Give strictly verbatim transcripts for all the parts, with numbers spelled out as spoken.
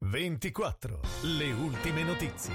ventiquattro. Le ultime notizie.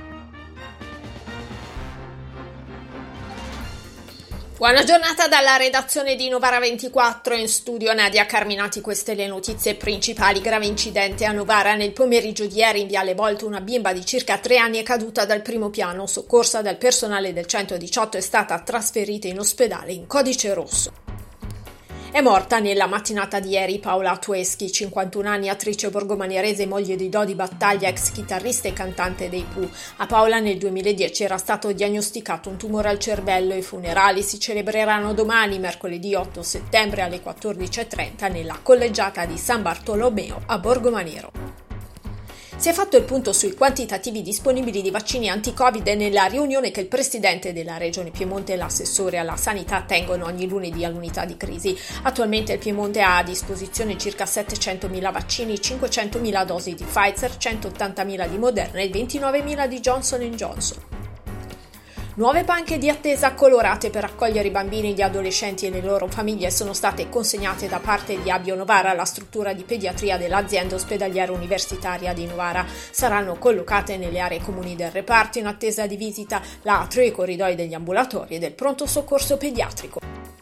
Buona giornata dalla redazione di Novara ventiquattro, in studio Nadia Carminati. Queste le notizie principali. Grave incidente a Novara nel pomeriggio di ieri in Viale Volto. Una bimba di circa tre anni è caduta dal primo piano, soccorsa dal personale del centodiciotto, è stata trasferita in ospedale in codice rosso. È morta nella mattinata di ieri Paola Tueschi, cinquantuno anni, attrice borgomanierese, moglie di Dodi Battaglia, ex chitarrista e cantante dei Pooh. A Paola nel duemiladieci era stato diagnosticato un tumore al cervello. I funerali si celebreranno domani, mercoledì otto settembre alle quattordici e trenta nella collegiata di San Bartolomeo a Borgomaniero. Si è fatto il punto sui quantitativi disponibili di vaccini anti-Covid nella riunione che il presidente della regione Piemonte e l'assessore alla sanità tengono ogni lunedì all'unità di crisi. Attualmente il Piemonte ha a disposizione circa settecentomila vaccini, cinquecentomila dosi di Pfizer, centottantamila di Moderna e ventinovemila di Johnson and Johnson. Nuove panche di attesa colorate per accogliere i bambini, gli adolescenti e le loro famiglie sono state consegnate da parte di Abio Novara alla struttura di pediatria dell'azienda ospedaliera universitaria di Novara. Saranno collocate nelle aree comuni del reparto in attesa di visita, l'atrio e i corridoi degli ambulatori e del pronto soccorso pediatrico.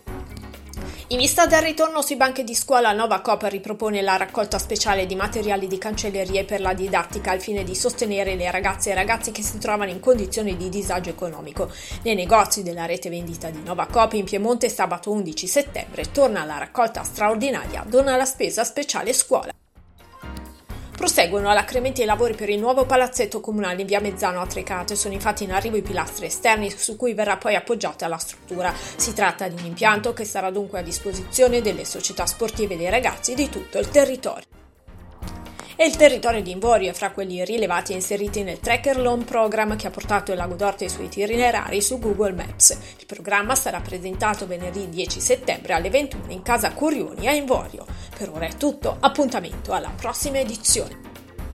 In vista del ritorno sui banchi di scuola, Nova Coop ripropone la raccolta speciale di materiali di cancellerie per la didattica al fine di sostenere le ragazze e ragazzi che si trovano in condizioni di disagio economico. Nei negozi della rete vendita di Nova Coop in Piemonte sabato undici settembre torna la raccolta straordinaria Dona la spesa speciale scuola. Proseguono alacremente i lavori per il nuovo palazzetto comunale in via Mezzano a Trecate. Sono infatti in arrivo i pilastri esterni su cui verrà poi appoggiata la struttura. Si tratta di un impianto che sarà dunque a disposizione delle società sportive e dei ragazzi di tutto il territorio. E il territorio di Invorio è fra quelli rilevati e inseriti nel Tracker Loan Program che ha portato il Lago d'Orte e i suoi itinerari su Google Maps. Il programma sarà presentato venerdì dieci settembre alle ventuno in casa Curioni a Invorio. Per ora è tutto, appuntamento alla prossima edizione.